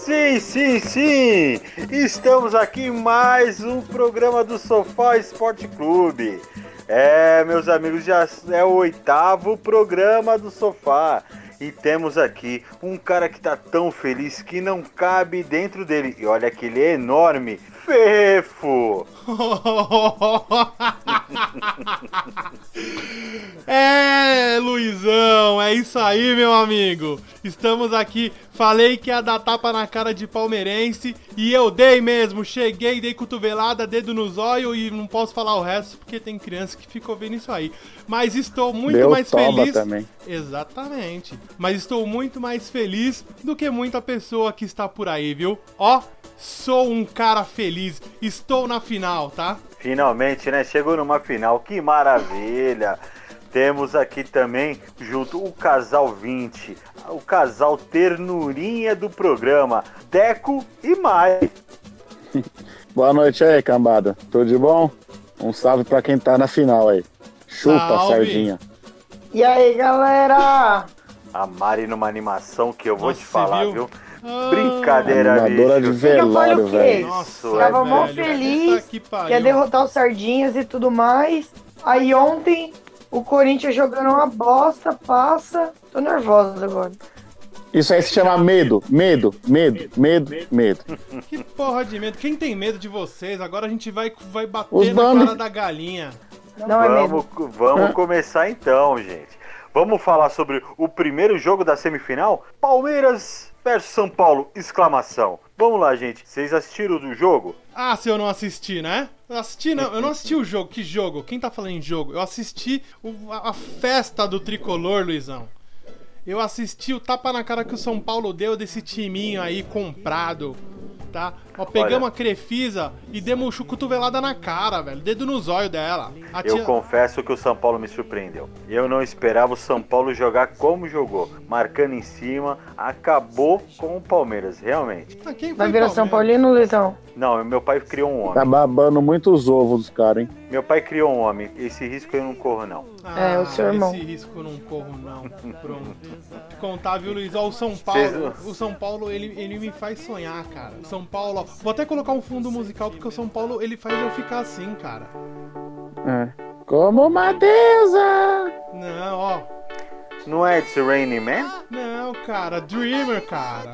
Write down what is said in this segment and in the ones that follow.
Sim, sim, sim! Estamos aqui em mais um programa do Sofá Esporte Clube. Meus amigos, já é o 8º programa do Sofá. E temos aqui um cara que tá tão feliz que não cabe dentro dele. E olha que ele é enorme. Fefo! Luizão, é isso aí, meu amigo. Estamos aqui, falei que ia dar tapa na cara de palmeirense e eu dei mesmo. Cheguei, dei cotovelada, dedo no zóio e não posso falar o resto porque tem criança que ficou vendo isso aí. Mas estou muito mais feliz. Também. Exatamente. Mas estou muito mais feliz do que muita pessoa que está por aí, viu? Ó, sou um cara feliz. Estou na final, tá? Finalmente, né? Chegou numa final. Que maravilha! Temos aqui também, junto, o casal 20, o casal ternurinha do programa, Deco e Mai. Boa noite aí, cambada. Tudo de bom? Um salve pra quem tá na final aí. Chupa, Salve. sardinha. E aí, galera? A Mari numa animação que eu vou Nossa, te falar, você viu? viu? Brincadeira, Animadora de bicho. velório, o quê? velho. Isso, Tava mó velho, feliz, puta que pariu. quer derrotar os Sardinhas e tudo mais. Aí ontem, o Corinthians jogando uma bosta, passa. Tô nervosa agora. Isso aí se chama medo. Medo. Que porra de medo. Quem tem medo de vocês? Agora a gente vai bater Os na Bambi. cara da galinha. Não é medo. Vamos começar então, gente. Vamos falar sobre o primeiro jogo da semifinal? Palmeiras versus São Paulo, exclamação. Vamos lá, gente. Vocês assistiram do jogo? Ah, se eu não assisti, né? Eu não assisti o jogo. Que jogo? Quem tá falando em jogo? Eu assisti a festa do tricolor, Luizão. Eu assisti o tapa na cara que o São Paulo deu desse timinho aí comprado, tá? Ó, pegamos a Crefisa e demos cotovelada na cara, velho. Dedo no zóio dela. Eu confesso que o São Paulo me surpreendeu. Eu não esperava o São Paulo jogar como jogou. Marcando em cima, acabou com o Palmeiras, realmente. Ah, quem foi Vai virar Palmeiras? São Paulino, Luizão? Não, meu pai criou um Tá homem. babando muitos ovos dos caras, hein? Meu pai criou um homem. Esse risco eu não corro, não. Ah, É, o seu irmão. Esse risco eu não corro, não. Pronto. Te contar, viu, Luiz? Ó, o São Paulo, ele me faz sonhar, cara. O São Paulo, ó. Vou até colocar um fundo musical, porque o São Paulo, ele faz eu ficar assim, cara. É. Como uma deusa. Não, ó. Não é It's Raining Man? Não, cara. Dreamer, cara.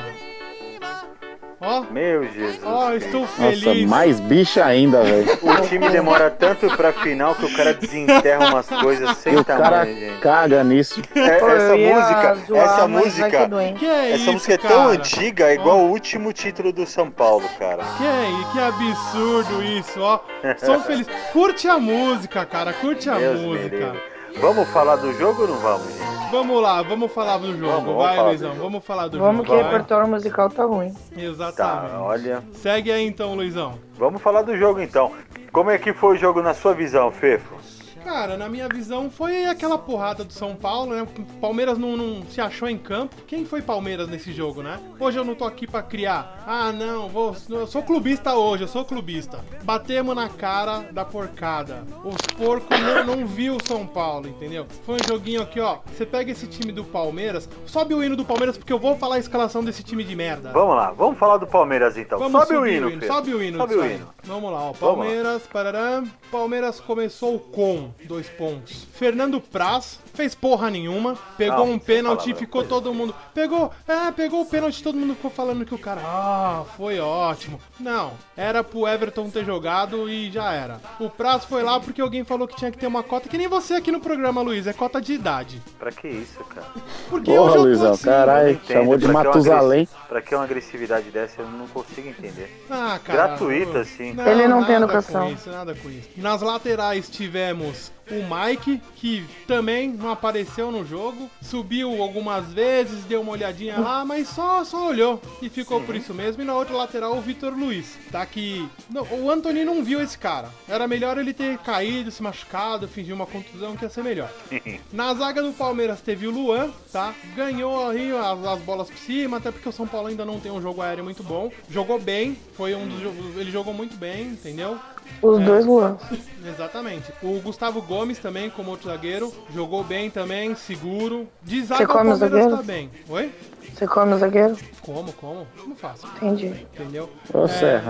Ó. Meu Jesus. Ó, estou Nossa, feliz. mais bicha ainda, velho. O time demora tanto pra final que o cara desenterra umas coisas sem E o cara tamanho, gente. caga nisso. Pô, Essa eu ia música, zoar, essa mas vai música, ser doente. Que é essa isso, música é tão cara? antiga, é igual o último título do São Paulo, cara. Que absurdo isso, ó. Sou feliz. Curte a música, cara. Curte a Deus me música. livre. Vamos falar do jogo ou não vamos, gente? Vamos lá, vamos falar do jogo. Vamos Vai, falar Luizão, do jogo. vamos falar do Vamos que jogo. o vai. repertório musical tá ruim. Exatamente. Tá, olha. Segue aí então, Luizão. Vamos falar do jogo então. Como é que foi o jogo na sua visão, Fefo? Cara, na minha visão foi aquela porrada do São Paulo, né? O Palmeiras não se achou em campo. Quem foi Palmeiras nesse jogo, né? Hoje eu não tô aqui pra criar. Ah, não, eu sou clubista hoje, eu sou clubista. Batemos na cara da porcada. Os porcos não viu o São Paulo, entendeu? Foi um joguinho aqui, ó. Você pega esse time do Palmeiras, sobe o hino do Palmeiras porque eu vou falar a escalação desse time de merda. Vamos lá, vamos falar do Palmeiras então. Vamos Sobe o subir hino, Fefo. sobe o hino. Sobe disso o aí. hino. Vamos lá, ó. Vamos lá. Palmeiras, parará. Palmeiras começou com 2 pontos. Fernando Praz fez porra nenhuma. Pegou Não, um pênalti e fala, ficou coisa. todo mundo. Pegou o pênalti, todo mundo ficou falando que o cara. Foi ótimo. Não, era pro Everton ter jogado e já era. O Praz foi lá porque alguém falou que tinha que ter uma cota, que nem você aqui no programa, Luiz, é cota de idade. Pra que isso, cara? Porque Porra, hoje eu tô Luizão, assim, caralho. Entendo, Chamou de pra que uma Matusalém. Pra que uma agressividade dessa eu não consigo entender. Ah, cara. Gratuita, assim. Ele não tem nada educação. Com isso, nada com isso. Nas laterais tivemos o Mike, que também não apareceu no jogo. Subiu algumas vezes, deu uma olhadinha lá, mas só olhou. E ficou por isso mesmo. E na outra lateral, o Vitor Luiz. Tá que... Não, o Antony não viu esse cara. Era melhor ele ter caído, se machucado, fingir uma contusão, que ia ser melhor. Na zaga do Palmeiras teve o Luan, tá? Ganhou aí as bolas por cima, até porque o São Paulo ainda não tem um jogo aéreo muito bom. Jogou bem, foi um dos jogos... Ele jogou muito bem, entendeu? Os dois Luan. Exatamente. O Gustavo Gomes também, como outro zagueiro. Jogou bem também, seguro. De Você zaga o come o Palmeiras zagueiro? tá bem. Oi? Você come o zagueiro? Como? Como faço? Entendi. Entendeu? Ô, Serra.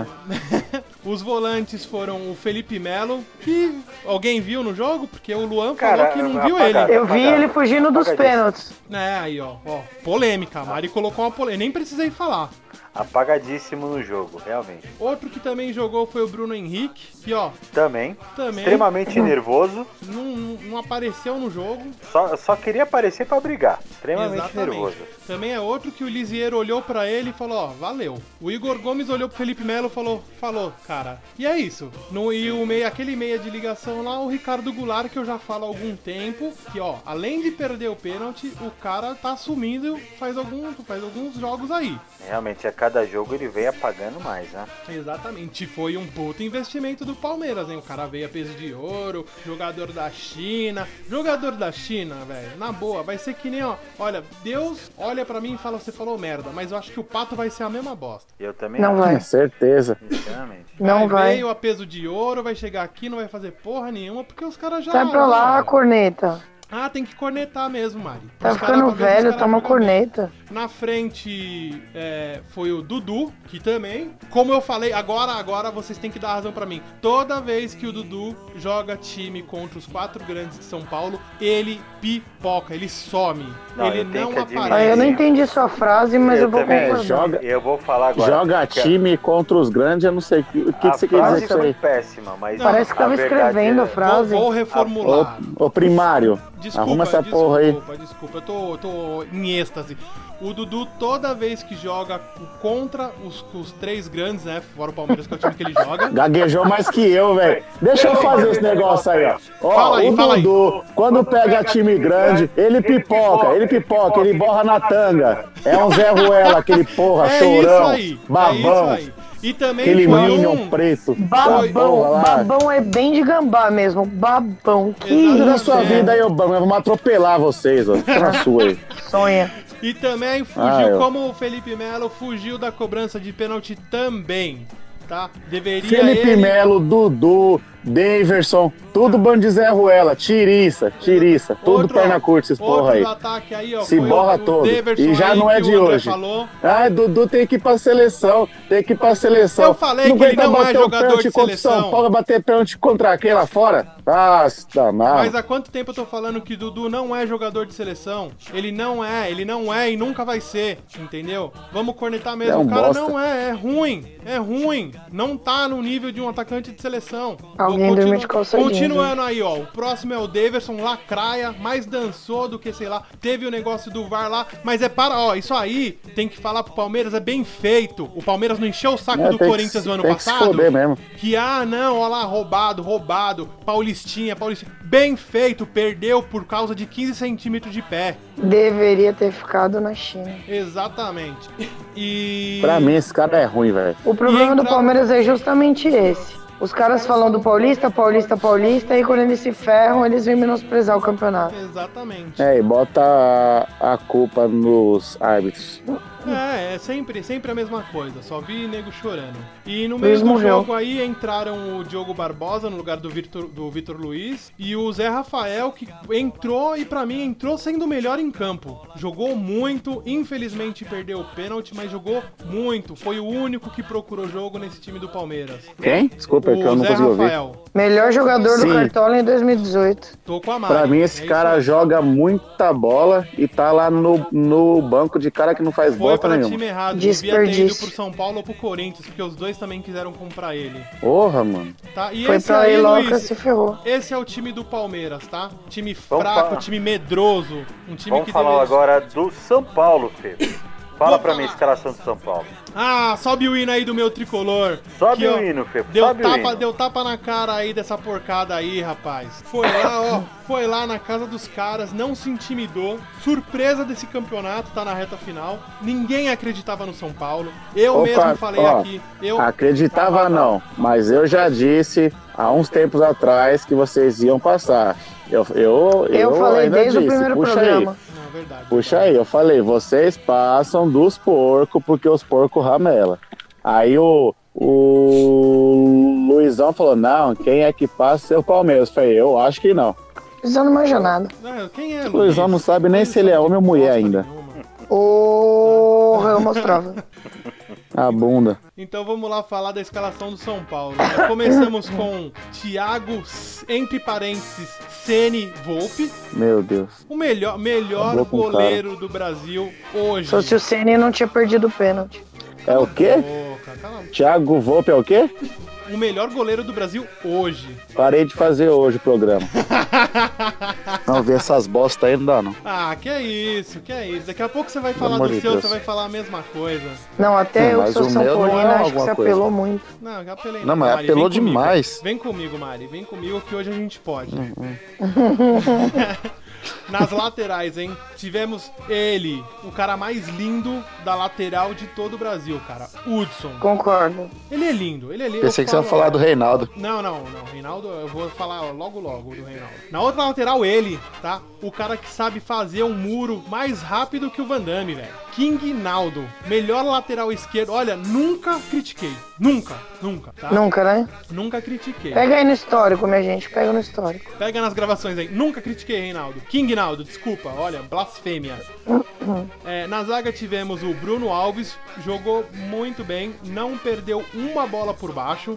Os volantes foram o Felipe Melo, que alguém viu no jogo, porque o Luan Cara, falou que não viu apagado. ele. Eu vi ele fugindo dos pênaltis. Aí, ó, polêmica. A Mari colocou uma polêmica, nem precisei falar. Apagadíssimo no jogo, realmente. Outro que também jogou foi o Bruno Henrique, que ó, Também. Também. Extremamente nervoso. não apareceu no jogo. Só queria aparecer pra brigar. Extremamente nervoso. Também é outro que o Lisieiro olhou pra ele e falou, ó, valeu. O Igor Gomes olhou pro Felipe Melo e falou, cara, e é isso. Aquele meia de ligação lá, o Ricardo Goulart, que eu já falo há algum tempo, que ó, além de perder o pênalti, o cara tá assumindo faz alguns jogos aí. Realmente, a cada jogo ele vem apagando mais, né? Exatamente, foi um puto investimento do Palmeiras, hein? O cara veio a peso de ouro, jogador da China, velho, na boa, vai ser que nem, ó, olha, Deus olha pra mim e fala, você falou merda, mas eu acho que o Pato vai ser a mesma bosta. Eu também Não acho. vai. Certeza. Sinceramente. Não vai. Veio a peso de ouro, vai chegar aqui, não vai fazer porra nenhuma, porque os caras já... Sai pra lá, corneta. Ah, tem que cornetar mesmo, Mari. Tá Os ficando cara, pra ver se os velho, cara toma jogam corneta. bem. Na frente foi o Dudu, que também, como eu falei, agora vocês têm que dar razão pra mim. Toda vez que o Dudu joga time contra os 4 grandes de São Paulo, ele pipoca, ele some. Não, ele eu tenho não que admitir. aparece. Eu não entendi sua frase, mas eu vou também. concordar. Eu vou falar agora. Joga time contra os grandes, eu não sei o que você quer dizer com isso foi aí. péssima, mas Parece que tava escrevendo a frase. Vou reformular. Ô, primário, arruma essa porra aí. Desculpa, eu tô em êxtase. O Dudu, toda vez que joga contra os 3 grandes, né? Fora o Palmeiras, que é o time que ele joga. Gaguejou mais que eu, velho. Deixa eu fazer esse negócio aí, ó. Fala aí, O fala aí. Dudu, quando pega time grande, ele pipoca, ele borra na tanga. É um Zé Ruela, aquele porra, chorão, É isso babão. aí. E também Aquele foi Minion preto. Babão é bem de gambá mesmo. Babão. Que Tudo na isso, sua é. vida aí, Obama. Vamos atropelar vocês, ó. Fica na sua aí. Sonha. E também fugiu, eu. como o Felipe Melo fugiu da cobrança de pênalti também, tá? Deveria Felipe ele... Melo, Dudu, Daverson, tudo bando de Zé Ruela, tiriça, tudo Outro, perna curta, esses porra aí. Outro ataque aí, ó. Se foi borra o todo. Daverson E já aí, não é que de o André hoje. falou. Ah, Dudu tem que ir pra seleção, Eu falei que ele aguenta não é bater o jogador pênalti de contra o São seleção. Paulo, bater pênalti contra quem lá fora? Ah, danado. Mas há quanto tempo eu tô falando que Dudu não é jogador de seleção? Ele não é e nunca vai ser, entendeu? Vamos cornetar mesmo. É um O cara bosta. não é ruim. Não tá no nível de um atacante de seleção. Alguém dormiu de calça jeans, Continuando aí, ó. O próximo é o Daverson, lacraia, mais dançou do que, sei lá, teve o negócio do VAR lá, mas isso aí tem que falar pro Palmeiras, é bem feito. O Palmeiras não encheu o saco do tem Corinthians no ano tem que se passado? foder mesmo. Que, não, ó lá, roubado, Paulistinha. Bem feito, perdeu por causa de 15 centímetros de pé. Deveria ter ficado na China. Exatamente. E... Pra mim, esse cara é ruim, velho. O problema do entra- Palmeiras é justamente esse. Os caras falam do Paulista, e quando eles se ferram, eles vêm menosprezar o campeonato. Exatamente. É, e bota a culpa nos árbitros. É sempre a mesma coisa, só vi nego chorando. E no meio Luiz do morreu. jogo aí entraram o Diogo Barbosa no lugar do Vitor Luiz e o Zé Rafael, que entrou e pra mim entrou sendo o melhor em campo. Jogou muito, infelizmente perdeu o pênalti, mas jogou muito. Foi o único que procurou jogo nesse time do Palmeiras. Quem? Desculpa, é que eu O não Zé consegui ouvir. Rafael. Melhor jogador Sim. do Cartola em 2018. Tô com a Mari. Pra mim, esse É isso cara aí. joga muita bola e tá lá no banco de cara que não faz Foi bosta pra nenhuma. time errado, devia ter ido Desperdício. pro São Paulo ou pro Corinthians, porque os dois também quiseram comprar ele. Porra, mano. Tá? E Foi esse pra aí, Iloca, Luiz, se ferrou. esse é o time do Palmeiras, tá? Time Vamos fraco, falar. time medroso, um time Vamos que falar deveria... agora do São Paulo, Fê. Fala Vou pra mim a falar. escalação do São Paulo. Ah, sobe o hino aí do meu tricolor. Sobe Que, ó, o hino, Fê. Deu Sobe o hino. tapa na cara aí dessa porcada aí, rapaz. Foi lá na casa dos caras, não se intimidou. Surpresa desse campeonato, tá na reta final. Ninguém acreditava no São Paulo. Eu Opa, mesmo falei ó, aqui. Eu Acreditava não, mas eu já disse há uns tempos atrás que vocês iam passar. Eu falei ainda desde o disse, primeiro puxa programa. aí. Não, verdade. Puxa aí, eu falei, vocês passam dos porcos porque os porcos ramela. Aí o O Luizão falou, não, quem é que passa é o Palmeiras. Eu falei, eu acho que não. Luizão não manja nada. Quem é, Luiz? O Luizão não sabe nem se ele é homem ou mulher ainda. Eu mostrava. A bunda. Então vamos lá falar da escalação do São Paulo. Né? Começamos com Thiago, entre parênteses, Ceni Volpi. Meu Deus. O melhor goleiro do Brasil hoje. Só se o Ceni não tinha perdido o pênalti. É o quê? Thiago Volpe é o quê? O melhor goleiro do Brasil hoje. Parei de fazer hoje o programa. Não, ver essas bosta aí não dá, não. Ah, que é isso. Daqui a pouco você vai falar do seu, você vai falar a mesma coisa. Não, até eu que sou São Paulino, acho que você apelou muito. Não, já apelei não. Mas Mari, apelou demais. Vem comigo, Mari. Vem comigo que hoje a gente pode. Nas laterais, hein? Tivemos ele, o cara mais lindo da lateral de todo o Brasil, cara. Hudson. Concordo. Ele é lindo. Pensei que você ia falar do Reinaldo. Não. Reinaldo, eu vou falar logo do Reinaldo. Na outra lateral, ele, tá? O cara que sabe fazer um muro mais rápido que o Van Damme, velho. King Naldo. Melhor lateral esquerdo. Olha, nunca critiquei. Nunca, tá? Nunca, né? Nunca critiquei. Pega aí no histórico, minha gente. Pega no histórico. Pega nas gravações aí. Nunca critiquei, Reinaldo. King Naldo, desculpa. Olha, blasfêmia. Na zaga tivemos o Bruno Alves. Jogou muito bem. Não perdeu uma bola por baixo.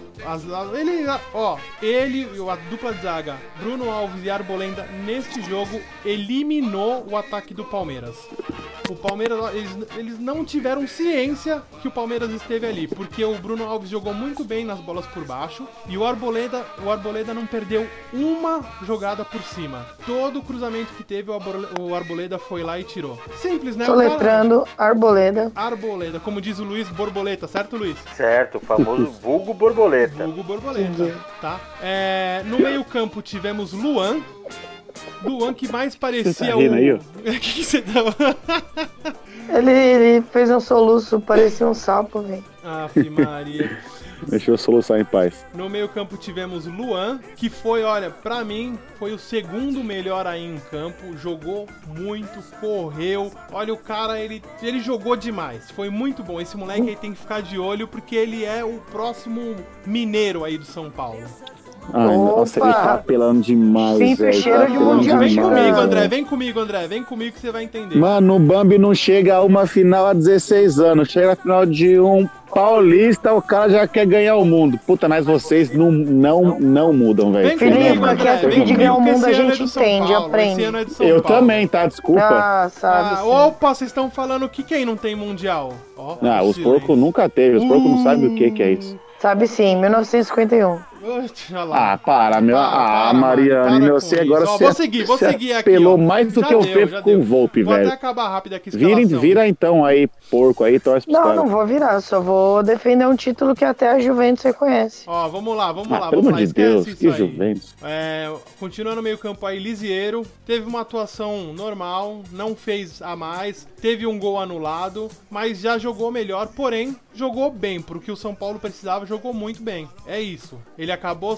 Ele e a dupla de zaga, Bruno Alves e Arboleda, neste jogo, eliminou o ataque do Palmeiras. O Palmeiras, eles não tiveram ciência que o Palmeiras esteve ali, porque o Bruno Alves jogou muito bem nas bolas por baixo e o Arboleda não perdeu uma jogada por cima. Todo cruzamento que teve, o Arboleda foi lá e tirou. Simples, né? Soletrando Arboleda. Arboleda, como diz o Luiz, borboleta, certo, Luiz? Certo, o famoso vulgo borboleta. Vulgo borboleta, tá? No meio-campo tivemos Luan que mais parecia você tá rindo aí, ó? que você tá... Ele fez um soluço, parecia um sapo, velho. Aff, Maria. Deixa eu soluçar em paz. No meio campo tivemos Luan, que foi, olha, pra mim, foi o segundo melhor aí em campo. Jogou muito, correu. Olha, o cara, ele jogou demais. Foi muito bom. Esse moleque aí tem que ficar de olho, porque ele é o próximo mineiro aí do São Paulo. Ai, nossa, ele tá apelando demais, velho. Cheiro de mundial. Vem comigo, André. Vem comigo que você vai entender. Mano, o Bambi não chega a uma final há 16 anos. Chega a final de um paulista, o cara já quer ganhar o mundo. Puta, mas vocês não mudam, velho. Felipe, André, de ganhar o mundo a gente entende, aprende. Eu também, tá? Desculpa. Ah, sabe. Opa, vocês estão falando que quem não tem mundial? Os porcos nunca teve. Os porcos não sabem o que é isso. Sabe sim, 1951. Para, meu. Mariane, você agora vou seguir aqui. Apelou mais do que eu fiz com o Volpe, velho. Vou até acabar rápido aqui a escalação. Vira então aí, porco aí, torce pro Não vou virar, só vou defender um título que até a Juventus reconhece. Vamos lá. Pelo amor de Deus, que Juventus. Continuando no meio campo aí, Lisieiro. Teve uma atuação normal, não fez a mais, teve um gol anulado, mas já jogou melhor, porém, jogou bem, porque o São Paulo precisava, jogou muito bem. É isso. Ele acabou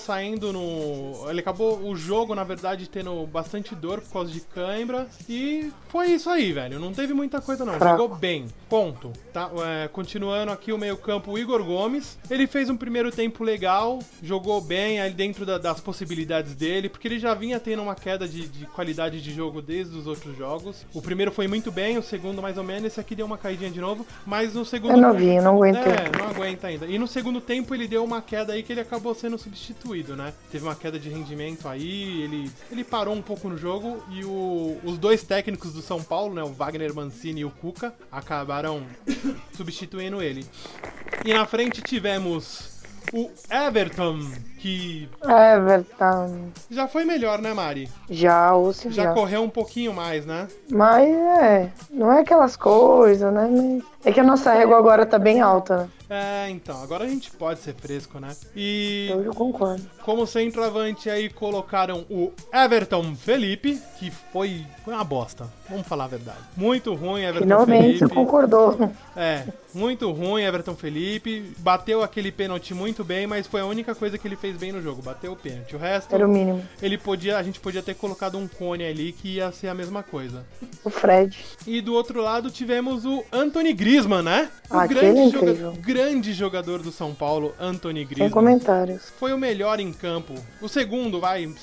o jogo, na verdade, tendo bastante dor por causa de cãibra. E foi isso aí, velho. Não teve muita coisa, não. Jogou bem. Ponto. Tá? Continuando aqui o meio-campo, o Igor Gomes. Ele fez um primeiro tempo legal, jogou bem aí dentro das possibilidades dele, porque ele já vinha tendo uma queda de qualidade de jogo desde os outros jogos. O primeiro foi muito bem, o segundo mais ou menos. Esse aqui deu uma caidinha de novo, mas no segundo... É novinho, não aguentou. Não aguenta ainda. E no segundo tempo ele deu uma queda aí que ele acabou sendo substituído, né? Teve uma queda de rendimento aí, ele parou um pouco no jogo e os dois técnicos do São Paulo, né, o Wagner Mancini e o Cuca, acabaram substituindo ele. E na frente tivemos o Everton, que... já foi melhor, né, Mari? Já correu um pouquinho mais, né? Mas não é aquelas coisas, né? Mas é que a nossa régua agora tá bem alta, né? Então, agora a gente pode ser fresco, né? E eu concordo. Como centroavante aí colocaram o Everton Felipe, que foi uma bosta, vamos falar a verdade. Muito ruim, Everton Finalmente, Felipe. você concordou. Muito ruim, Everton Felipe. Bateu aquele pênalti muito bem, mas foi a única coisa que ele fez fez bem no jogo, bateu o pênalti. O resto, Era o mínimo. a gente podia ter colocado um cone ali que ia ser a mesma coisa. O Fred. E do outro lado tivemos o Anthony Griezmann, né? O Aquele é incrível. grande jogador do São Paulo, Anthony Sem Griezmann. comentários. Foi o melhor em campo. O segundo,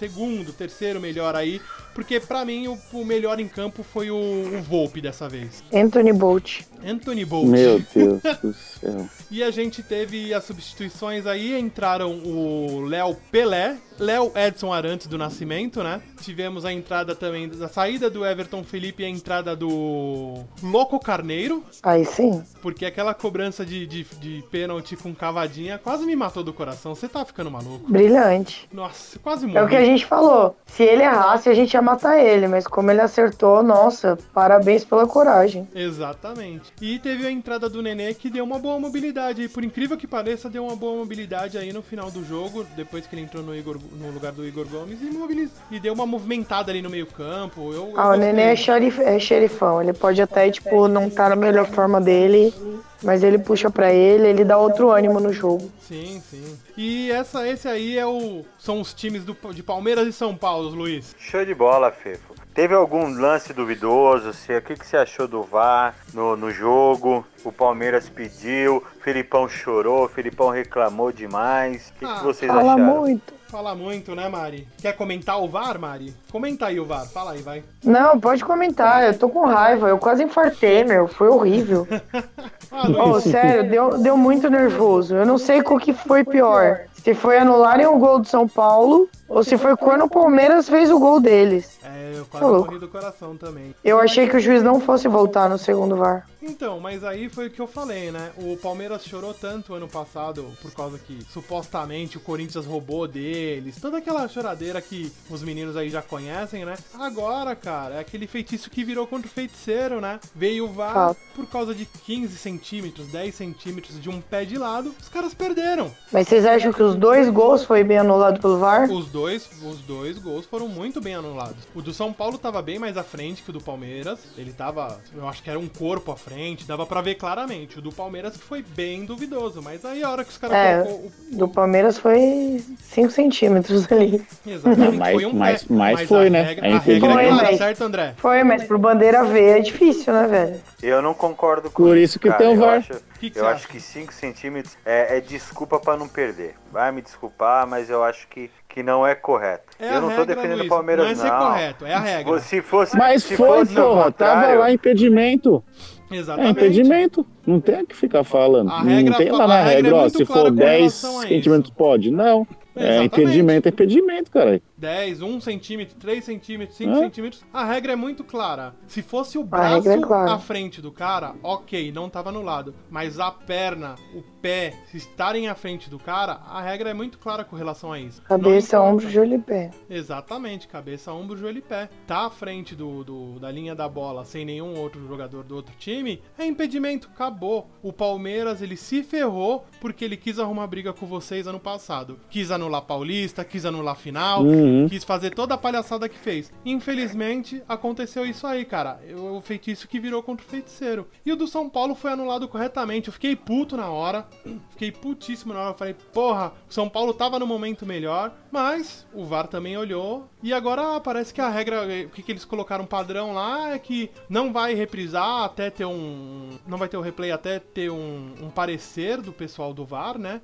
terceiro melhor aí. Porque pra mim o melhor em campo foi o Volpe dessa vez. Anthony Bolt. Anthony Bolt. Meu Deus do céu. E a gente teve as substituições aí, entraram o Léo Pelé, Léo Edson Arantes do Nascimento, né? Tivemos a entrada também, a saída do Everton Felipe e a entrada do Louco Carneiro, Aí sim. porque aquela cobrança de pênalti com cavadinha quase me matou do coração. Você tá ficando maluco. Brilhante. Nossa, quase É o que a morri. gente falou. Se ele errasse, a gente ia matar ele. Mas como ele acertou, nossa, parabéns pela coragem. Exatamente. E teve a entrada do Nenê que deu uma boa mobilidade. E por incrível que pareça, deu uma boa mobilidade aí no final do jogo, depois que ele entrou no lugar do Igor Gomes e deu uma movimentada ali no meio campo. Eu O gostei. Nenê é xerifão. Ele pode até, tipo, não tá na melhor forma dele, mas ele puxa pra ele dá outro ânimo no jogo. Sim, sim. E esse aí são os times de Palmeiras e São Paulo, Luiz. Show de bola, Fefo. Teve algum lance duvidoso? O que você achou do VAR no jogo? O Palmeiras pediu, Felipão chorou, Felipão reclamou demais. O que vocês Fala acharam? muito. Fala muito, né, Mari? Quer comentar o VAR, Mari? Comenta aí o VAR, fala aí, vai. Não, pode comentar. Eu tô com raiva. Eu quase infartei, meu. Foi horrível. Ah, Luiz. Oh, sério, deu muito nervoso. Eu não sei qual que foi pior. Se foi anularem o gol do São Paulo ou se foi quando o Palmeiras fez o gol deles. Eu quase Tá louco. morri do coração também. Eu achei que o juiz não fosse voltar no segundo VAR. Então, mas aí foi o que eu falei, né? O Palmeiras chorou tanto ano passado por causa que supostamente o Corinthians roubou deles, toda aquela choradeira que os meninos aí já conhecem, né? Agora, cara, é aquele feitiço que virou contra o feiticeiro, né? Veio o VAR Fato. por causa de 15 centímetros, 10 centímetros de um pé de lado, os caras perderam. Mas vocês acham que os 2 gols foi bem anulado pelo VAR? Os dois gols foram muito bem anulados. O do São Paulo tava bem mais à frente que o do Palmeiras. Ele tava, eu acho que era um corpo à frente, dava pra ver claramente. O do Palmeiras que foi bem duvidoso, mas aí a hora que os caras colocou Do Palmeiras foi 5 centímetros ali. Exatamente, Mas- foi um mas- pé. mas foi, a né? Regra, É a regra é impedimento. clara, certo, André? Foi, mas pro bandeira ver é difícil, né, velho? Eu não concordo com Por isso que cara. tem o Eu VAR. acho, Que eu você acho que 5 centímetros é desculpa pra não perder. Vai me desculpar, mas eu acho que não é correto. É eu a não tô regra, defendendo Luiz, o Palmeiras, não é ser correto, é a regra. Se fosse, Mas se foi, fosse ao porra. Tava contrário, lá impedimento. É Exatamente. impedimento. Não tem o que ficar falando. A regra Não tem lá a na regra é regra, ó, muito se clara for com 10 relação a centímetros isso. pode. Não. É Exatamente. impedimento, cara. 10, 1 centímetro, 3 centímetros, 5 Hã? centímetros. A regra é muito clara. Se fosse o A braço regra é clara. à frente do cara, ok, não tava anulado. Mas a perna, o pé, se estarem à frente do cara, a regra é muito clara com relação a isso. Cabeça, Não importa. ombro, joelho e pé. Exatamente, cabeça, ombro, joelho e pé. Tá à frente da linha da bola sem nenhum outro jogador do outro time, é impedimento, acabou. O Palmeiras, ele se ferrou porque ele quis arrumar briga com vocês ano passado. Quis anular Paulista, quis anular final, quis fazer toda a palhaçada que fez. Infelizmente, aconteceu isso aí, cara. O feitiço que virou contra o feiticeiro. E o do São Paulo foi anulado corretamente. Eu fiquei puto na hora. Fiquei putíssimo na hora. Eu falei, porra, o São Paulo tava no momento melhor, mas o VAR também olhou. E agora parece que a regra, o que eles colocaram padrão lá é que não vai reprisar até ter não vai ter o replay até ter um parecer do pessoal do VAR, né?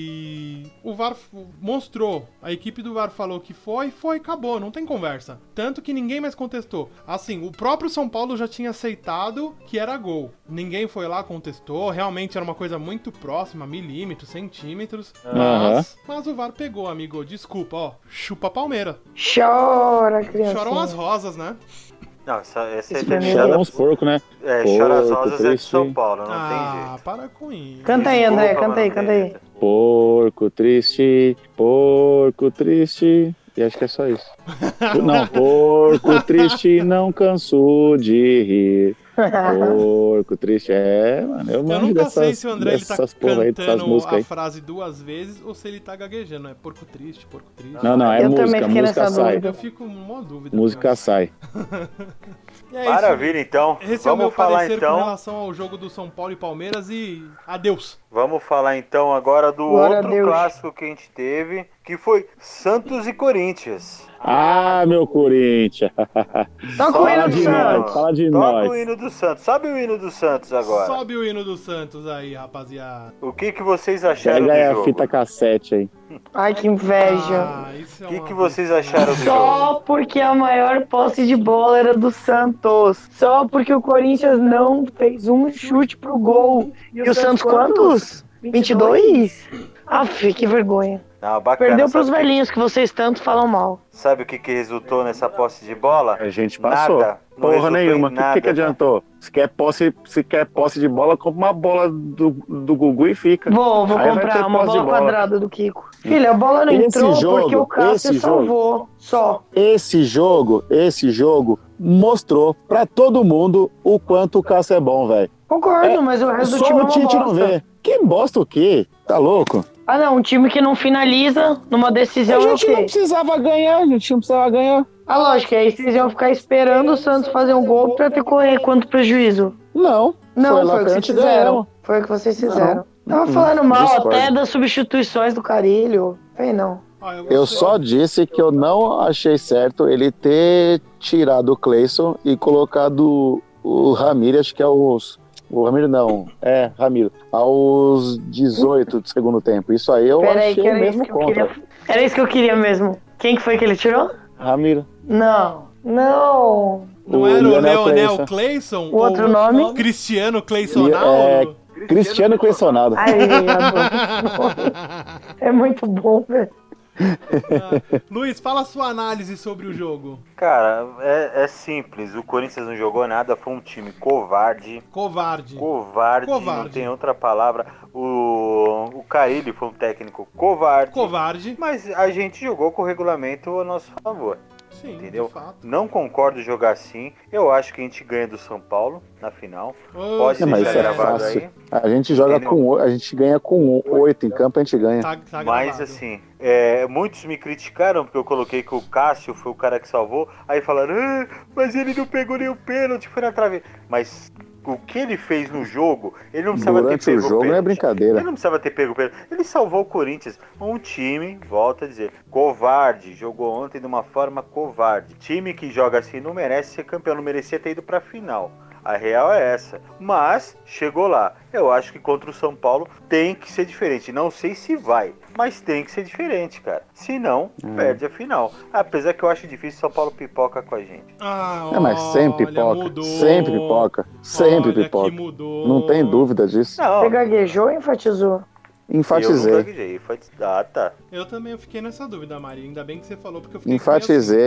E o VAR mostrou, a equipe do VAR falou que foi, acabou, não tem conversa. Tanto que ninguém mais contestou. Assim, o próprio São Paulo já tinha aceitado que era gol. Ninguém foi lá, contestou, realmente era uma coisa muito próxima, milímetros, centímetros. Mas o VAR pegou, amigo, desculpa, ó, chupa Palmeiras. Chora, criança. Choram as rosas, né? Não, essa é Esse deixada. Chora uns porcos, né? Chora as Porco, rosas é de triste. São Paulo, não tem jeito. Para com isso. Canta aí, André, Desculpa, canta aí, mas não canta tem aí. jeito. Porco triste. E acho que é só isso. Não, porco triste não cansou de rir. Porco triste, mano. Eu manjo nunca sei dessas, se o André ele tá dessas porra aí, dessas cantando músicas a aí. frase 2 vezes ou se ele tá gaguejando. É porco triste, porco triste. Não, é Eu também música, fiquei música nessa sai. dúvida. Eu fico com uma dúvida. Música sai. E é Maravilha, isso. então. Esse é o meu Vamos falar parecer com então. relação ao jogo do São Paulo e Palmeiras e adeus. Vamos falar então agora do Glória a outro Deus. clássico que a gente teve, que foi Santos e Corinthians. Ah, meu Corinthians. Toca o Fala hino do de Santos. nós, fala de Toca nós. o hino do Santos. Sobe o hino do Santos agora. Sobe o hino do Santos aí, rapaziada. O que vocês acharam Pega aí do a jogo? fita cassete aí. Ai, que inveja. Ah, isso é O uma que vocês acharam do jogo? Só porque a maior posse de bola era do Santos. Só porque o Corinthians não fez um chute pro gol. E o Santos quantos? 22? Aff, que vergonha. Não, bacana. Perdeu pros sabe, velhinhos que vocês tanto falam mal. sabe o que resultou nessa posse de bola? A gente passou. Nada. Não Porra resultou nenhuma. em O nada. que adiantou? Se quer posse de bola, compra uma bola do Gugu e fica. Vou Aí vai ter comprar uma posse de bola bola. quadrada do Kiko. Filha, a bola não Esse entrou jogo, porque o Cássio esse jogo. salvou. Só. Esse jogo mostrou pra todo mundo o quanto o Cássio é bom, velho. Concordo, mas o resto do Só time é o uma Tite não bosta. vê. Que bosta o quê? Tá louco? Ah não, um time que não finaliza numa decisão A é o gente não quê? precisava ganhar, A lógica, aí vocês iam ficar esperando o Santos fazer um gol pra ter correr quanto prejuízo. Não. Não, foi lá foi o que que a vocês gente fizeram. ganhou. Foi o que vocês fizeram. Tava Não. falando mal Discordo. até das substituições do Carilho. Falei, não. Ah, Eu gostei. só disse que eu não achei certo ele ter tirado o Cleison e colocado o Ramiro, acho que é os... O Ramiro não, Ramiro. Aos 18 do segundo tempo. Isso aí eu Peraí, achei que era isso mesmo que eu contra. queria. Era isso que eu queria mesmo. Quem que foi que ele tirou? Ramiro. Não. Não. Não era o Lionel Leonel Cleison? O outro ou nome? Cristiano Cleisonaldo? Cristiano Cleisonado. Ai, adoro. É muito bom, velho. Luiz, fala a sua análise sobre o jogo. Cara, é simples. O Corinthians não jogou nada, foi um time covarde. Covarde. Covarde, não tem outra palavra. O Carille foi um técnico covarde. Covarde. Mas a gente jogou com o regulamento a nosso favor. Sim, Entendeu? de fato. Não concordo jogar assim. Eu acho que a gente ganha do São Paulo na final. Pode É, mas deixar isso é gravado fácil. aí. A gente joga Entendeu? a gente ganha com 8 em campo, a gente ganha. Tá Mas gravado. assim, muitos me criticaram porque eu coloquei que o Cássio foi o cara que salvou. Aí falaram, mas ele não pegou nenhum pênalti, foi na trave. Mas o que ele fez no jogo, ele não precisava Durante ter o pego jogo não é pênalti. brincadeira. Ele não precisava ter pego pênalti. Ele salvou o Corinthians. Um time, volto a dizer, covarde. Jogou ontem de uma forma covarde. Time que joga assim não merece ser campeão, não merecia ter ido pra final. A real é essa. Mas chegou lá. Eu acho que contra o São Paulo tem que ser diferente. Não sei se vai, mas tem que ser diferente, cara. Se não, perde a final. Apesar que eu acho difícil São Paulo pipoca com a gente. Mas sempre olha, pipoca. mudou. Sempre pipoca. Sempre Olha pipoca. que mudou. Não tem dúvida disso. Não, Você gaguejou ou enfatizou? eu não Enfatizei. gaguejei. Ah, tá. Eu também fiquei nessa dúvida, Maria. Ainda bem que você falou, porque eu fiquei com meio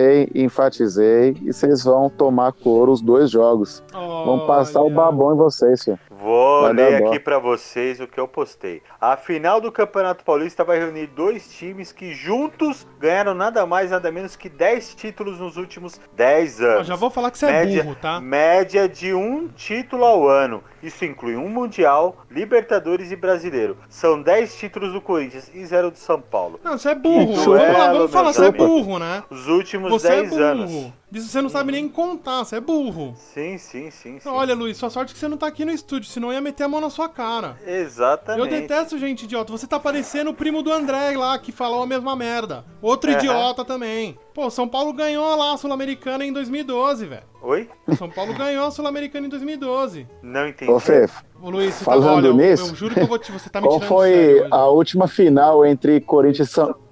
Enfatizei. E vocês vão tomar couro os 2 jogos. assim. Vão passar o Olha. babão em vocês, filho. Vou Vai ler dar dó. aqui pra vocês o que eu postei. A final do Campeonato Paulista vai reunir 2 times que juntos ganharam nada mais, nada menos que 10 títulos nos últimos 10 Eu anos. já vou falar que você é burro, tá? Média de 1 título ao ano. Isso inclui um Mundial, Libertadores e Brasileiro. São 10 títulos do Corinthians e 0 do São Paulo. Não, você é burro. Que Vamos lá, duelo, vamos falar, meus você é amigos. burro, né? Os últimos Você é 10 burro. anos. Disso você não sabe nem contar, você é burro. Sim. Olha, Luiz, sua sorte é que você não tá aqui no estúdio, senão eu ia meter a mão na sua cara. Exatamente. Eu detesto gente idiota. Você tá parecendo o primo do André lá, que falou a mesma merda. Outro Aham. idiota também. Pô, São Paulo ganhou lá a Sul-Americana em 2012, velho. Oi? São Paulo ganhou a Sul-Americana em 2012. Não entendi. Ô, Fê, Ô, Luiz, você Falando tá... Olha, nisso, eu juro que você tá me qual tirando foi de sério hoje. a última final entre Corinthians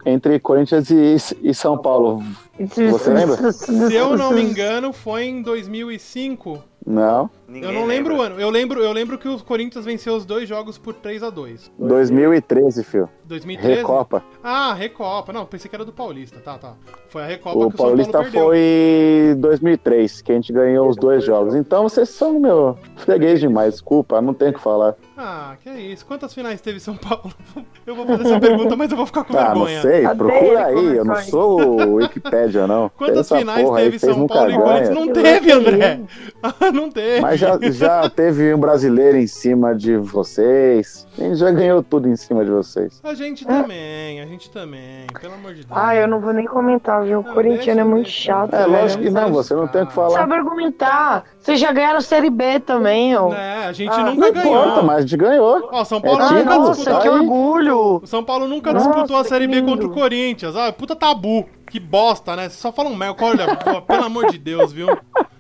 e São Paulo? Você lembra? Se eu não me engano, foi em 2005. Não. Ninguém Eu não lembro o lembra. ano. Eu lembro que o Corinthians venceu os 2 jogos por 3-2. 2013, filho. 2013? Recopa. Ah, Recopa. Não, pensei que era do Paulista. Tá. Foi a Recopa O que o São Paulista Paulo perdeu. foi 2003, que a gente ganhou os 2 jogos. Então vocês são, meu, freguês demais. Desculpa, não tem o que falar. Ah, que é isso. Quantas finais teve São Paulo? Eu vou fazer essa pergunta, mas eu vou ficar com Ah, não vergonha. sei, Cadê procura ele? aí. Eu não Começou sou o Wikipédia, não. Quantas Essa finais porra aí teve fez São nunca Paulo e ganha. Corinthians? Não teve, André. Não teve. Mas já teve um brasileiro em cima de vocês. A gente já ganhou tudo em cima de vocês. A gente também, pelo amor de Deus. Eu não vou nem comentar, viu? O Não, corintiano é muito deixa. chato. É, velho. lógico que não, você não tem o que falar. Sabe argumentar. Vocês já ganharam Série B também, ó. A gente Não nunca ganhou. importa, mas a gente ganhou. Ó, São Paulo time, nunca Nossa, disputou. que orgulho. O São Paulo nunca Nossa, disputou a Série que B lindo. contra o Corinthians. Puta tabu. Que bosta, né? Vocês só falam merda. Olha, pô, pelo amor de Deus, viu?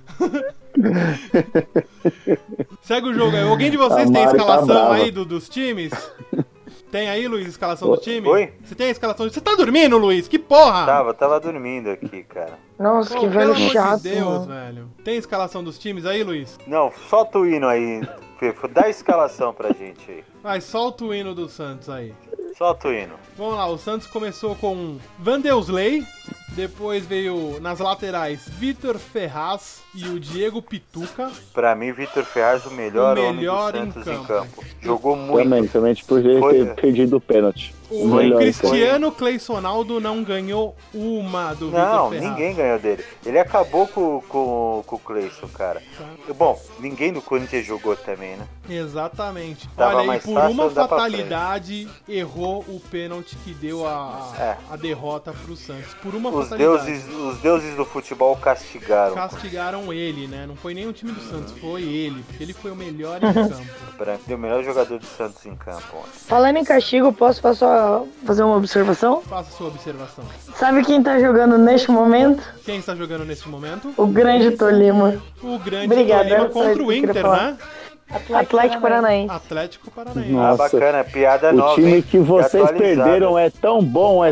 Segue o jogo aí. Alguém de vocês A tem a Mari tá escalação brava. aí dos times? Tem aí, Luiz, escalação do time? Oi? Você tem a escalação? Você tá dormindo, Luiz? Que porra! Tava dormindo aqui, cara. Nossa, que Pô, velho pelo chato. amor de Deus, mano. velho. Tem a escalação dos times aí, Luiz? Não, solta o hino aí, Fefo. Dá a escalação pra gente aí. Vai, solta o hino do Santos aí. Solta o hino. Vamos lá, o Santos começou com Vanderlei, depois veio nas laterais Vitor Ferraz e o Diego Pituca. Pra mim, Vitor Ferraz, o melhor O homem melhor do em Santos campo. em campo. Jogou muito. Também, por ele Foi- ter perdido o pênalti. O Melhor, Cristiano Cleisonaldo não ganhou uma do Não, Vitor Ferraz. ninguém ganhou dele. Ele acabou com o Cleison, cara. Bom, ninguém do Corinthians jogou também, né? Exatamente. Tava Olha, e mais por fácil uma andar pra fatalidade, errou o pênalti que deu a derrota pro Santos. Por uma Os fatalidade. deuses do futebol castigaram. Castigaram ele, né? Não foi nem o time do Santos, foi ele. Porque ele foi o melhor em campo. Branco, deu o melhor jogador do Santos em campo ontem. Falando em castigo, posso fazer uma observação? Faça sua observação. Sabe quem tá jogando neste momento? Quem está jogando nesse momento? O grande Tolima. O grande Obrigada, Tolima era só isso contra que o eu queria Inter, falar. né? Atlético Paranaense. Atlético Paranaense. Nossa. Bacana, piada O nova. time hein? que vocês Atualizada. perderam é tão bom,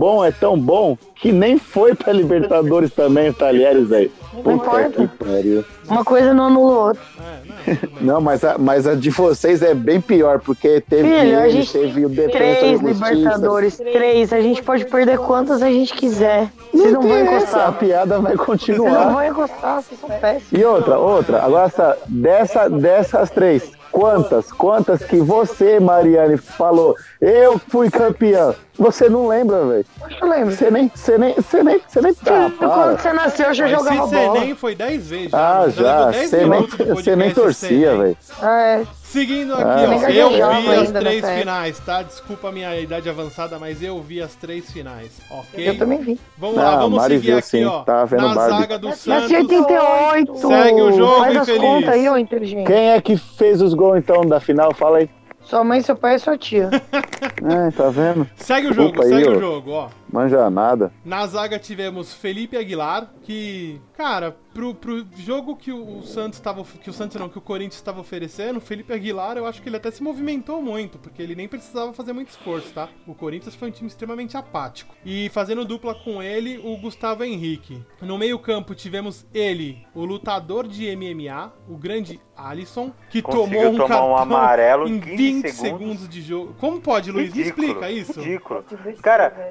que nem foi pra Libertadores também, o Talheres, velho. Não importa. Que pariu. Uma coisa não anula a outra. Não, tudo bem. Não, mas a de vocês é bem pior, porque teve Filho, a ele, gente teve o Defensa Três e Justiça. Libertadores, 3. A gente pode perder quantas a gente quiser. Vocês não vão interessa, a encostar. piada vai Vocês não continuar. vão encostar, vocês são péssimos. E outra, agora dessas 3, quantas que você, Mariane, falou, eu fui campeão? Você não lembra, velho. Eu lembro. Você nem tá, Quando para. você nasceu, eu já Mas jogava se você bola. nem foi 10 vezes. Ah, mano. já, levou 10 você minutos de nem podcast torcia, sem. velho. Seguindo aqui, Ah, ó, nem eu gaguejava vi as ainda 3 nessa época. finais, tá? Desculpa a minha idade avançada, mas eu vi as 3 finais, ok? Eu também vi. Vamos lá, Não, vamos Mari seguir viu, aqui, sim. ó. Tava vendo Na Barbie. zaga do Nasci em Santos. 88. Segue o jogo, Faz as infeliz. contas aí, ô inteligente. Quem é que fez os gols, então, da final? Fala aí. Sua mãe, seu pai e sua tia. Tá vendo? Segue o jogo, Desculpa aí, segue ó. o jogo, ó. Manja nada. Na zaga tivemos Felipe Aguilar, que, cara, pro jogo que o Santos tava. Que o Corinthians estava oferecendo, o Felipe Aguilar, eu acho que ele até se movimentou muito, porque ele nem precisava fazer muito esforço, tá? O Corinthians foi um time extremamente apático. E fazendo dupla com ele, o Gustavo Henrique. No meio-campo tivemos ele, o lutador de MMA, o grande Alisson, que Conseguiu tomou um tomar cartão um amarelo em em 20 15 segundos de jogo. Como pode, Luiz? Me explica isso. Ridículo. Cara,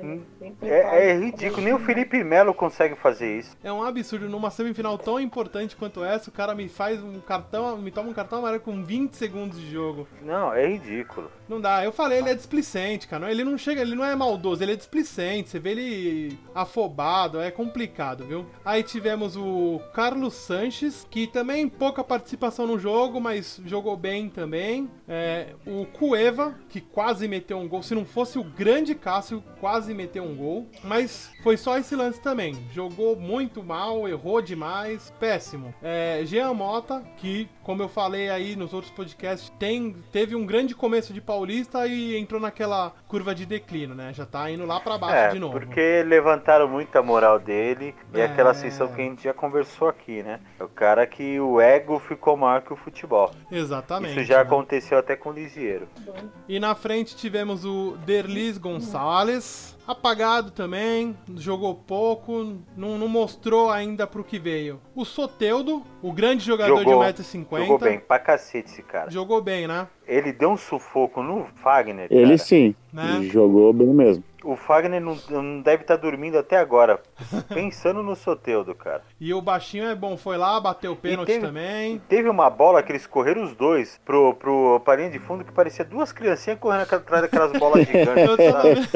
é ridículo. Nem o Felipe Melo consegue fazer isso. É um absurdo. Numa semifinal tão importante quanto essa, o cara me toma um cartão amarelo com 20 segundos de jogo. Não, é ridículo. Não dá. Eu falei, ele é displicente, cara. Ele não é maldoso, ele é displicente. Você vê ele afobado, é complicado, viu? Aí tivemos o Carlos Sanches, que também pouca participação no jogo, mas jogou bem também. O Cueva, que quase meteu um gol. Se não fosse o grande Cássio, quase meteu um gol. Mas foi só esse lance também. Jogou muito mal, errou demais, péssimo. Jean Mota, que, como eu falei aí nos outros podcasts, teve um grande começo de Paulista e entrou naquela curva de declínio, né? Já tá indo lá pra baixo de novo. Porque levantaram muito a moral dele e aquela sensação que a gente já conversou aqui, né? É o cara que o ego ficou maior que o futebol. Exatamente. Isso já né? aconteceu até com o Lisieiro. E na frente tivemos o Derlis Gonçalves, apagado também, jogou pouco, não mostrou ainda pro que veio. O Soteldo, o grande jogador de 1,50m. Jogou bem pra cacete esse cara. Jogou bem, né? ele deu um sufoco no Fagner. Ele cara. sim, Né? jogou bem mesmo. O Fagner não deve estar dormindo até agora, pensando no Soteldo, cara. E o baixinho é bom, foi lá, bateu o pênalti também. Teve uma bola que eles correram os dois pro parinha de fundo que parecia duas criancinhas correndo atrás daquelas bolas gigantes,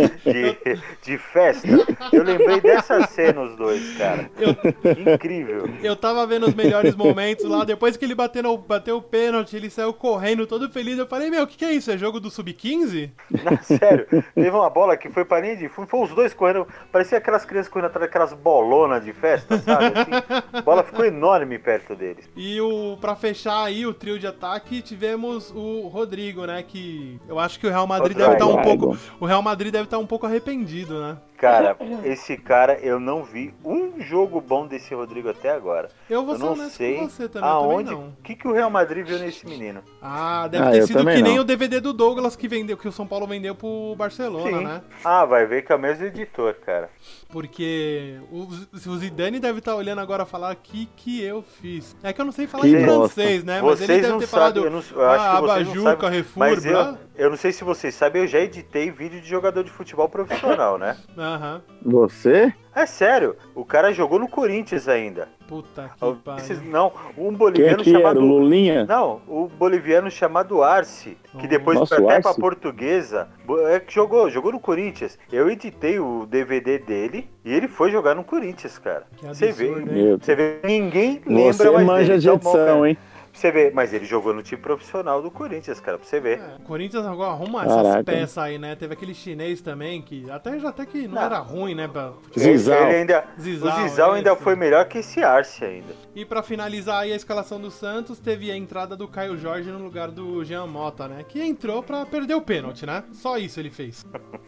sabe? De festa. Eu lembrei dessa cena, os dois, cara. Incrível. Eu tava vendo os melhores momentos lá, depois que ele bateu o pênalti, ele saiu correndo todo feliz. Eu falei, meu, o que é isso? É jogo do Sub-15? Não, sério, teve uma bola que foi parinha de fundo, foi os dois correndo, parecia aquelas crianças correndo atrás daquelas bolonas de festa, sabe? Assim, a bola ficou enorme perto deles. E pra fechar aí o trio de ataque, tivemos o Rodrigo, né? Que eu acho que o Real Madrid deve estar um pouco. O Real Madrid deve estar um pouco arrependido, né? Cara, esse cara, eu não vi um jogo bom desse Rodrigo até agora. Eu vou ser não honesto sei com você também, aonde, não. O que o Real Madrid viu nesse menino? Deve ter sido que nem não. o DVD do Douglas que o São Paulo vendeu pro Barcelona, Sim. né? Vai ver que é o mesmo editor, cara. Porque o Zidane deve estar olhando agora falar que eu fiz. É que eu não sei falar Que em bosta. francês, né? Mas ele Vocês deve não ter falado sabem, eu acho que vocês não Abajur, sabem, Carrefour, mas blá. eu não sei se vocês sabem, eu já editei vídeo de jogador de futebol profissional, né? Aham. Você? É sério, o cara jogou no Corinthians ainda. Puta que pariu. Não, um Quem boliviano que era? chamado... Lulinha? Não, o boliviano chamado Arce, que depois Nossa, foi o até pra Arce? Portuguesa, que jogou no Corinthians. Eu editei o DVD dele e ele foi jogar no Corinthians, cara. Que Você vê, absurdo, hein? você vê, ninguém lembra Você mais manja dele. de edição, hein? Você vê, mas ele jogou no time profissional do Corinthians, cara, pra você ver. O Corinthians agora arruma essas Caraca. peças aí, né? Teve aquele chinês também, que até que não era ruim, né? Zizal. O Zizal ainda isso. foi melhor que esse Arce ainda. E pra finalizar aí a escalação do Santos, teve a entrada do Caio Jorge no lugar do Jean Mota, né? Que entrou pra perder o pênalti, né? Só isso ele fez.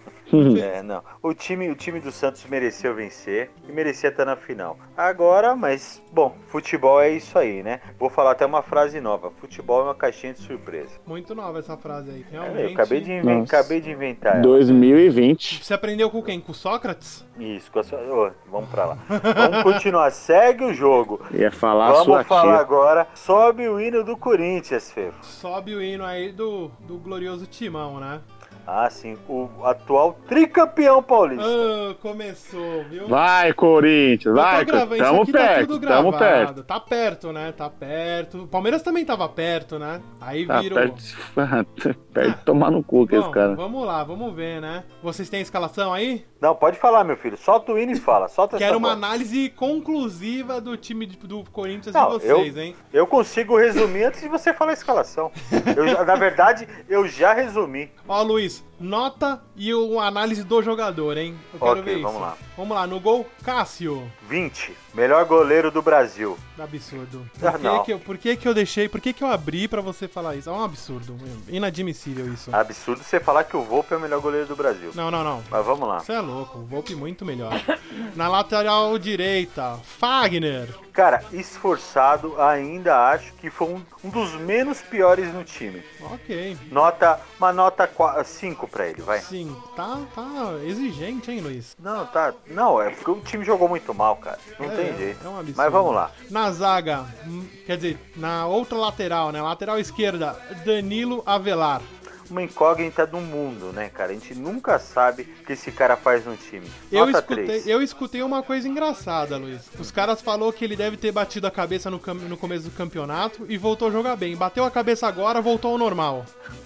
Não. O time do Santos mereceu vencer e merecia estar na final. Agora, mas, bom, futebol é isso aí, né? Vou falar até uma frase nova. Futebol é uma caixinha de surpresa. Muito nova essa frase aí, Eu realmente. acabei de inventar ela. 2020. Você aprendeu com quem? Com o Sócrates? Isso, vamos pra lá. Vamos continuar, segue o jogo. Ia falar a sua Vamos falar tia. agora, sobe o hino do Corinthians, Fefo. Sobe o hino aí do glorioso Timão, né? Ah, sim, o atual tricampeão paulista. Começou, viu? Vai, Corinthians, vai, Eu tô gravando, isso tamo aqui tá perto, tudo tamo gravado. perto. Tá perto, né? Tá perto. O Palmeiras também tava perto, né? Aí Tá virou... perto de tomar no cu que Bom, esse cara. vamos lá, vamos ver, né? Vocês têm a escalação aí? Não, pode falar, meu filho. Solta o hino e fala. Solta Quero essa uma bola. análise conclusiva do time do Corinthians Não, de vocês, hein? Eu consigo resumir antes de você falar a escalação. Na verdade, eu já resumi. Ó, Luiz, nota e uma análise do jogador, hein? Eu quero Ok, ver isso. vamos lá. Vamos lá, no gol, Cássio. 20. Melhor goleiro do Brasil. Absurdo. Não. Por que eu deixei, por que eu abri pra você falar isso? É um absurdo. Inadmissível isso. Absurdo você falar que o Volpe é o melhor goleiro do Brasil. Não. Mas vamos lá. Você é louco, o Volpe muito melhor. Na lateral direita, Fagner. Cara, esforçado, ainda acho que foi um dos menos piores no time. Ok. Uma nota 5 pra ele, vai. Sim, tá exigente, hein, Luiz? Não, é porque o time jogou muito mal, cara. Não tem jeito. É um absurdo. Mas vamos lá. Na zaga, quer dizer, na outra lateral, né? Lateral esquerda, Danilo Avelar. Uma incógnita do mundo, né, cara? A gente nunca sabe o que esse cara faz no time. Eu Nota 3. escutei uma coisa engraçada, Luiz. Os caras falaram que ele deve ter batido a cabeça no começo do campeonato e voltou a jogar bem. Bateu a cabeça agora, voltou ao normal.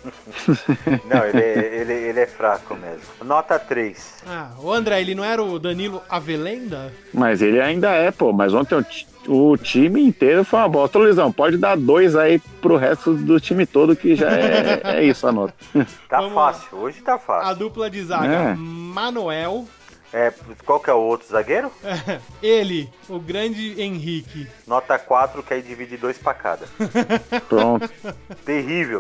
Não, ele é fraco mesmo. Nota 3. O André, ele não era o Danilo Avelenda? Mas ele ainda é, pô. Mas ontem o time inteiro foi uma bosta. Ô, Luizão, pode dar 2 aí pro resto do time todo, que já é isso a nota. Tá Vamos fácil, hoje tá A fácil. dupla de zaga, É. Manuel. Qual que é o outro zagueiro? Ele, o grande Henrique. Nota 4, que aí divide 2 pra cada. Pronto. Terrível.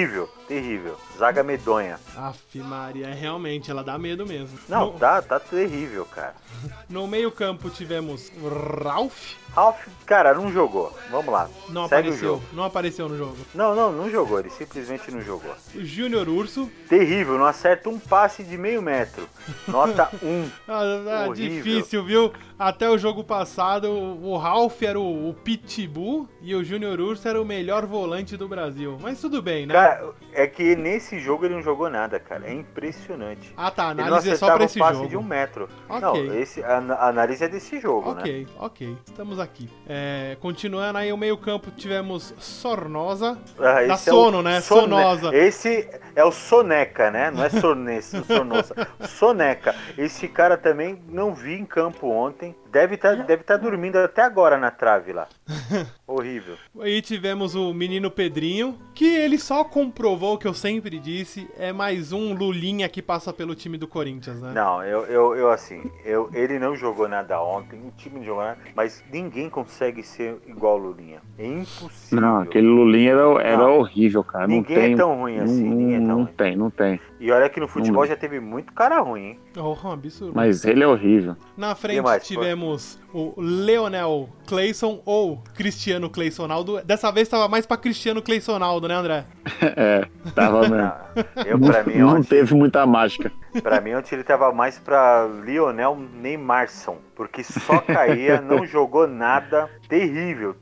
Zaga medonha. Aff, Maria, realmente, ela dá medo mesmo. Não, tá terrível, cara. No meio-campo tivemos Ralph. Ralf, cara, não jogou. Vamos lá. Não Segue o apareceu. jogo. Não apareceu no jogo. Não jogou. Ele simplesmente não jogou. O Júnior Urso. Terrível, não acerta um passe de meio metro. Nota 1. Ah, Horrível. difícil, viu? até o jogo passado, o Ralf era o Pitbull e o Júnior Urso era o melhor volante do Brasil. Mas tudo bem, né? Cara, é que nesse jogo ele não jogou nada, cara. É impressionante. Ah, tá. A Ele não análise é só pra acertava esse o passe jogo. de 1 metro. Ok. Não, a análise é desse jogo, né? Ok. Estamos aqui. Continuando aí o meio-campo, tivemos Sornosa. Ah, Da esse Sono, né? Sonosa. Esse é o Soneca, né? Não é Sornosa. Soneca. Esse cara também não vi em campo ontem. Deve tá dormindo até agora na trave lá. Horrível. Aí tivemos o menino Pedrinho, que ele só comprovou o que eu sempre disse, é mais um Lulinha que passa pelo time do Corinthians, né? Não, ele não jogou nada ontem, o time não jogou nada, mas ninguém consegue ser igual o Lulinha. É impossível. Não, aquele Lulinha era Não. horrível, cara. Ninguém é tão ruim assim, ninguém é tão ruim. Não tem. E olha que no futebol já teve muito cara ruim, hein? Oh, absurdo. Mas ele é horrível. Na frente mais, tivemos o Leonel Cleison ou Cristiano Cleisonaldo. Dessa vez tava mais pra Cristiano Cleisonaldo, né, André? Tava mesmo. Pra mim, Não ontem, teve muita mágica. pra mim, ontem ele tava mais pra Lionel Neymarson, porque só caía, não jogou nada. Terrível.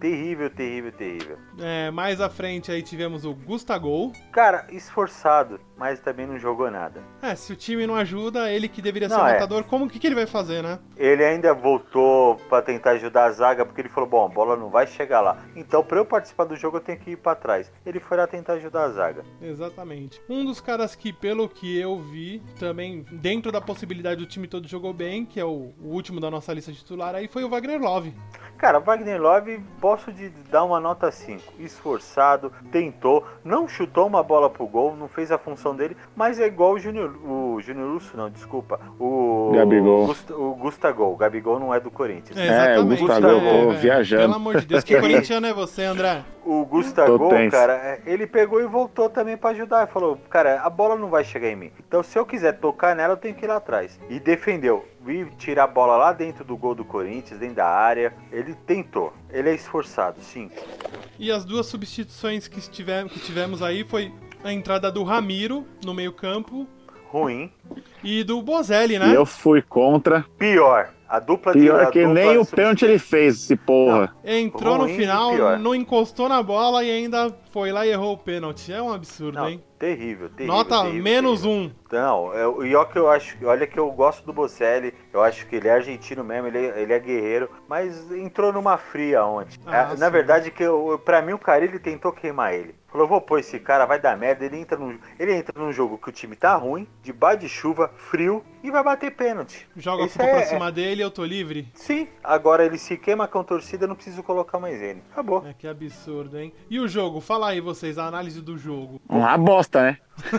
Mais à frente aí tivemos o Gustagol. Cara, esforçado, mas também não jogou nada. Se o time não ajuda, ele que deveria ser Não, o matador, como que ele vai fazer, né? Ele ainda voltou pra tentar ajudar a zaga, porque ele falou, bom, a bola não vai chegar lá. Então, pra eu participar do jogo, eu tenho que ir pra trás. Ele foi lá tentar ajudar a zaga. Exatamente. Um dos caras que, pelo que eu vi, também dentro da possibilidade do time todo jogou bem, que é o último da nossa lista titular aí, foi o Wagner Love. Cara, Wagner Love, posso dar uma nota 5. Esforçado, tentou, não chutou uma bola pro gol, não fez a função dele, mas é igual o Júnior Urso, não, desculpa. O Gabigol. O Gustagol. Gabigol não é do Corinthians. O Gustavo, tô viajando. Pelo amor de Deus, que corintiano é você, André? O Gustagol, cara, ele pegou e voltou também pra ajudar. Falou, cara, a bola não vai chegar em mim. Então, se eu quiser tocar nela, eu tenho que ir lá atrás. E defendeu. E tirar a bola lá dentro do gol do Corinthians, dentro da área. Ele tentou. Ele é esforçado, sim. E as duas substituições que tivemos aí foi a entrada do Ramiro no meio-campo. Ruim. E do Bozelli, né? E eu fui contra. Pior. A dupla Pior que nem o pênalti ele fez, esse porra. Entrou Ruim, no final, pior. não encostou na bola e ainda foi lá e errou o pênalti. É um absurdo, Não, hein? terrível. Nota -1. Não, e olha que eu gosto do Bocelli, eu acho que ele é argentino mesmo, ele é guerreiro, mas entrou numa fria ontem. Na verdade, pra mim o Carille tentou queimar ele. Falou, vou pôr esse cara, vai dar merda. Ele entra num jogo que o time tá ruim, debaixo de chuva, frio, e vai bater pênalti. Joga a culpa pra cima dele, eu tô livre? Sim, agora ele se queima com a torcida, eu não preciso colocar mais ele. Acabou. Que absurdo, hein? E o jogo? Fala aí vocês, a análise do jogo. Uma bosta, né?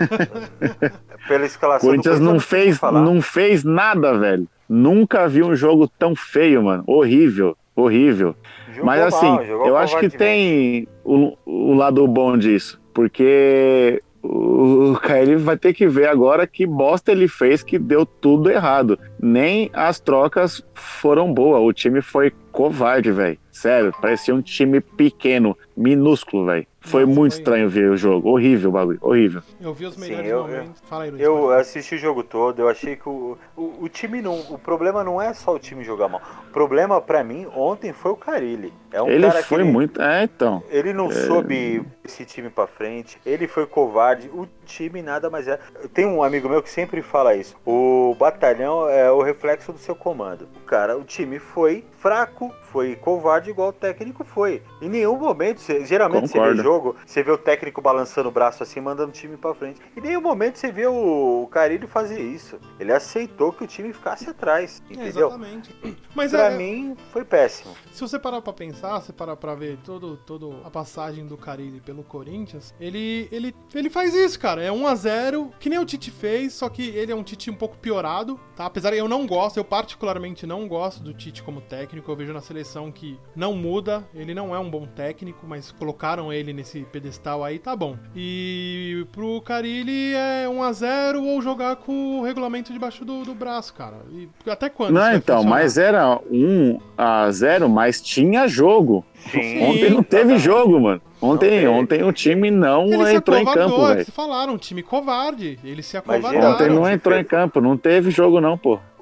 Pela escalação Corinthians do não fez nada, velho. Nunca vi um jogo tão feio, mano. Horrível. Jogou Mas assim, mal, eu acho que tem o lado bom disso. Porque o Caio vai ter que ver agora que bosta ele fez, que deu tudo errado. Nem as trocas foram boas. O time foi covarde, velho. Sério, parecia um time pequeno, minúsculo, velho. Foi muito estranho ver o jogo. Horrível o bagulho, horrível. Eu vi os melhores momentos. Fala aí, Luiz. Eu assisti o jogo todo, eu achei que o time não... O problema não é só o time jogar mal. O problema, pra mim, ontem foi o Carille. É um ele cara foi que muito... então. Ele não soube esse time pra frente, ele foi covarde, o time nada mais é. Tem um amigo meu que sempre fala isso. O batalhão é o reflexo do seu comando. O time foi fraco, foi covarde igual o técnico foi. Em nenhum momento, geralmente você vê jogo, você vê o técnico balançando o braço assim, mandando o time pra frente. Em nenhum momento você vê o Carille fazer isso. Ele aceitou que o time ficasse atrás, entendeu? Exatamente. Mas pra mim, foi péssimo. Se você parar pra pensar, você parar pra ver toda a passagem do Carille pelo Corinthians, ele faz isso, cara. É 1-0, que nem o Tite fez, só que ele é um Tite um pouco piorado, tá? Apesar de eu particularmente não gosto do Tite como técnico, eu vejo na seleção que não muda, ele não é um bom técnico, mas colocaram ele nesse pedestal aí, tá bom. E pro Carille é 1-0 ou jogar com o regulamento debaixo do braço, cara. E até quando não, isso vai então, funcionar? mas era 1-0, mas tinha jogo. Sim, ontem não teve jogo, mano. Ontem o time não entrou em campo, velho. Vocês falaram, um time covarde. Ele se Mas acovardaram. Ontem não entrou em campo, não teve jogo não, pô.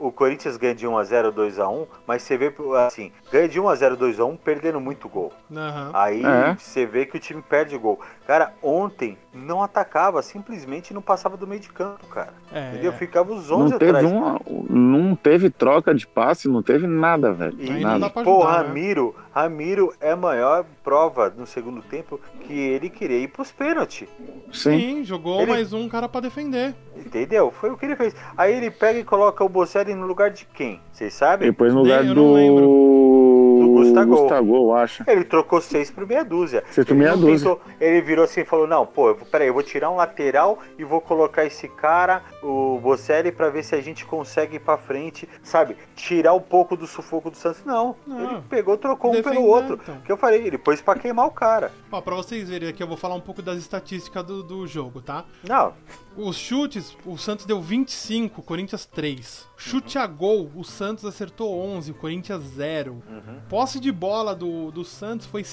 o Corinthians ganha de 1x0, 2x1, mas você vê, assim, ganha de 1x0, 2x1, perdendo muito gol. Aham. Aí você vê que o time perde gol. Cara, ontem não atacava, simplesmente não passava do meio de campo, cara. Entendeu? Ficava os 11 atrás. Não teve troca de passe, não teve nada, velho. E, Aí não dá pra pô, ajudar, né? Ramiro é a maior prova no segundo tempo que ele queria ir pros pênaltis. Sim, jogou mais um cara pra defender. Entendeu? Foi o que ele fez. Aí ele pega e coloca o Bocelli no lugar de quem? Vocês sabem? Depois no lugar Eu não lembro. do Gustavo, eu acho. Ele trocou 6 por meia dúzia. 6 por meia dúzia. Ele virou assim e falou, não, pô, peraí, eu vou tirar um lateral e vou colocar esse cara, o Bocelli, pra ver se a gente consegue ir pra frente, sabe? Tirar um pouco do sufoco do Santos. Não, ele pegou, trocou um pelo outro. Então. Que eu falei, ele pôs pra queimar o cara. Ó, pra vocês verem aqui, eu vou falar um pouco das estatísticas do jogo, tá? Não, Os chutes, o Santos deu 25, o Corinthians 3. Chute a gol, o Santos acertou 11, o Corinthians 0. Posse de bola do Santos foi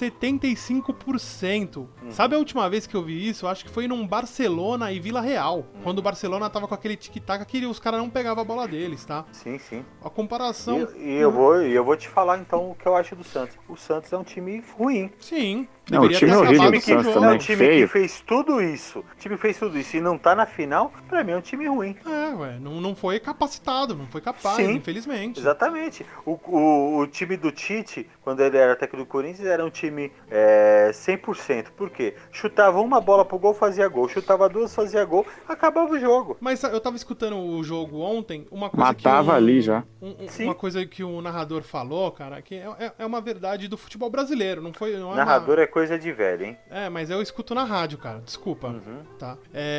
75%. Sabe a última vez que eu vi isso? Eu acho que foi num Barcelona e Vila Real. Quando o Barcelona tava com aquele tic-tac que os caras não pegavam a bola deles, tá? sim. A comparação... E eu vou te falar então o que eu acho do Santos. O Santos é um time ruim. Sim. Não, o time é horrível do Santos também. É um time que fez tudo isso. O time fez tudo isso e não tá na final, pra mim é um time ruim. Não foi capacitado, não foi capaz, Sim, infelizmente. Exatamente. O time do Tite, quando ele era técnico do Corinthians, era um time 100%. Por quê? Chutava uma bola pro gol, fazia gol. Chutava duas, fazia gol. Acabava o jogo. Mas eu tava escutando o jogo ontem, uma coisa Matava ali já. Uma coisa que o narrador falou, cara, que é uma verdade do futebol brasileiro, não foi... Não é narrador é coisa de velho, hein? Mas eu escuto na rádio, cara, desculpa, tá?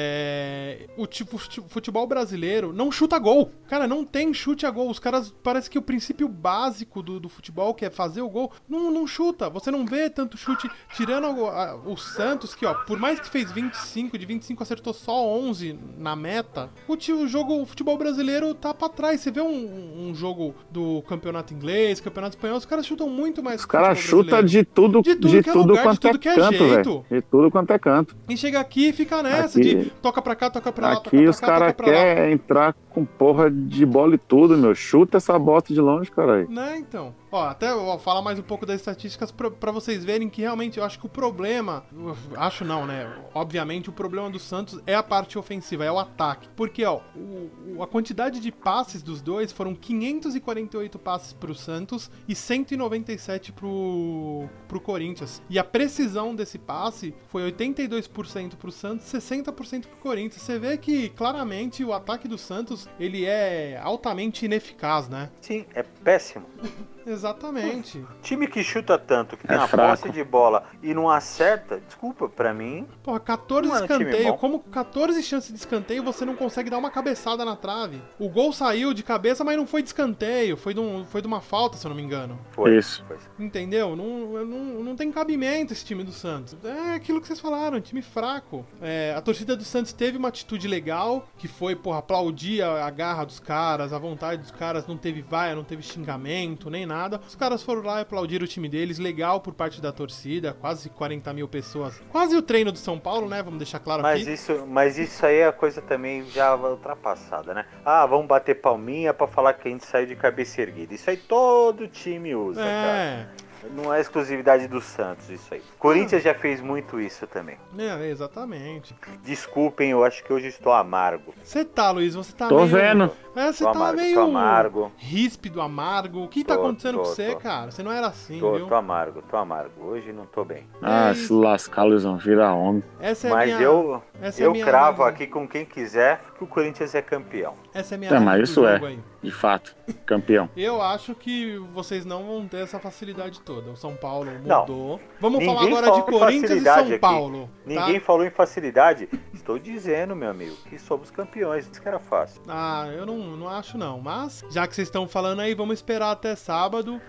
O futebol brasileiro não chuta gol. Cara, não tem chute a gol. Os caras, parece que o princípio básico do futebol, que é fazer o gol, não chuta. Você não vê tanto chute, tirando o Santos, que, ó, por mais que fez 25, de 25 acertou só 11 na meta, o futebol brasileiro tá pra trás. Você vê um jogo do campeonato inglês, campeonato espanhol, os caras chutam muito mais. Os caras chutam de tudo quanto é canto, velho. De tudo quanto é canto. E chega aqui e fica nessa de toca pra cá, toca pra lá, toca aqui pra os cá, caras querem entrar com porra de bola e tudo, meu. Chuta essa bosta de longe, caralho. Né, então. Ó, até eu vou falar mais um pouco das estatísticas pra vocês verem que realmente eu acho que o problema... Acho não, né? Obviamente o problema do Santos é a parte ofensiva, é o ataque. Porque, ó, a quantidade de passes dos dois foram 548 passes pro Santos e 197 pro Corinthians. E a precisão desse passe foi 82% pro Santos e 60% pro Corinthians. Você vê que, claramente, o ataque do Santos, ele é altamente ineficaz, né? Sim, é péssimo. Exatamente. Time que chuta tanto, que tem uma fraco. posse de bola e não acerta, desculpa, pra mim... Porra, 14 Não é um time escanteio. bom. Como 14 chances de escanteio você não consegue dar uma cabeçada na trave? O gol saiu de cabeça, mas não foi de escanteio. Foi de uma falta, se eu não me engano. Foi. Isso. Foi. Entendeu? Não tem cabimento esse time do Santos. É aquilo que vocês falaram, um time fraco. A torcida do Santos teve uma atitude legal, que foi, aplaudir a garra dos caras, a vontade dos caras, não teve vaia, não teve xingamento, nem nada. Os caras foram lá e aplaudiram o time deles, legal por parte da torcida, quase 40 mil pessoas. Quase o treino do São Paulo, né? Vamos deixar claro aqui. Mas isso aí é a coisa também já ultrapassada, né? Vamos bater palminha pra falar que a gente saiu de cabeça erguida. Isso aí todo time usa, cara. Não é exclusividade do Santos isso aí. Corinthians já fez muito isso também. Exatamente. Desculpem, eu acho que hoje estou amargo. Você tá, Luiz? Você tá Tô meio... vendo. Você Tô tá amargo, meio tô amargo. ríspido, amargo. O que tá acontecendo com você, cara? Você não era assim, viu? Tô amargo. Hoje não tô bem. Se lascar, Luizão, vira homem. Essa é Mas eu cravo aqui com quem quiser que o Corinthians é campeão. Essa é a minha Mas análise isso do é, jogo aí. de fato, campeão. Eu acho que vocês não vão ter essa facilidade toda. O São Paulo Não. mudou. Vamos Ninguém falar agora de falou em Corinthians e facilidade São aqui. Paulo. Tá? Ninguém falou em facilidade. Estou dizendo, meu amigo, que somos campeões. Isso que era fácil. Eu não acho não. Mas, já que vocês estão falando aí, vamos esperar até sábado.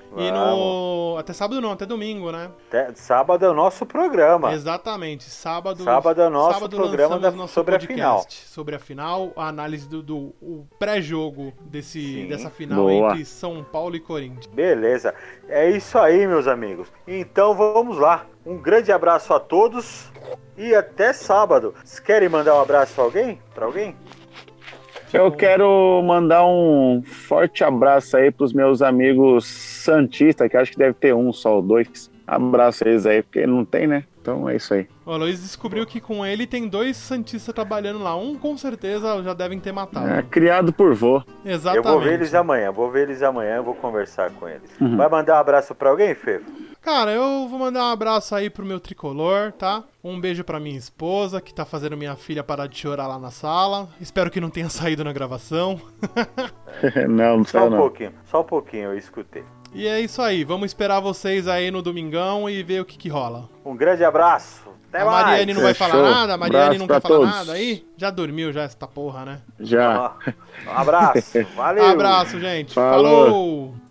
Até sábado não, até domingo, né? Sábado é o nosso programa. Exatamente. Sábado é o nosso programa lançamos nosso sobre podcast a final. sobre a final, a análise do pré-jogo dessa final Boa. entre São Paulo e Corinthians. Beleza. É isso aí, meus amigos. Então vamos lá. Um grande abraço a todos e até sábado. Vocês querem mandar um abraço pra alguém? Eu quero mandar um forte abraço aí pros meus amigos santistas, que acho que deve ter um só ou dois. Abraço eles aí, porque não tem, né? Então é isso aí. O Luiz descobriu que com ele tem 2 santistas trabalhando lá. Um com certeza já devem ter matado. É, criado por vô. Exatamente. Eu vou ver eles amanhã, eu vou conversar com eles. Vai mandar um abraço pra alguém, Fefo? Cara, eu vou mandar um abraço aí pro meu tricolor, tá? Um beijo pra minha esposa, que tá fazendo minha filha parar de chorar lá na sala. Espero que não tenha saído na gravação. Não Só saiu um não. pouquinho, eu escutei. E é isso aí, vamos esperar vocês aí no domingão e ver o que rola. Um grande abraço. Até A mais. Mariane não vai falar Fechou. nada? A Mariane Abraço não quer pra falar todos. nada aí? Já dormiu já essa porra, né? Já. Um abraço. Valeu. Abraço, gente. Falou. Falou.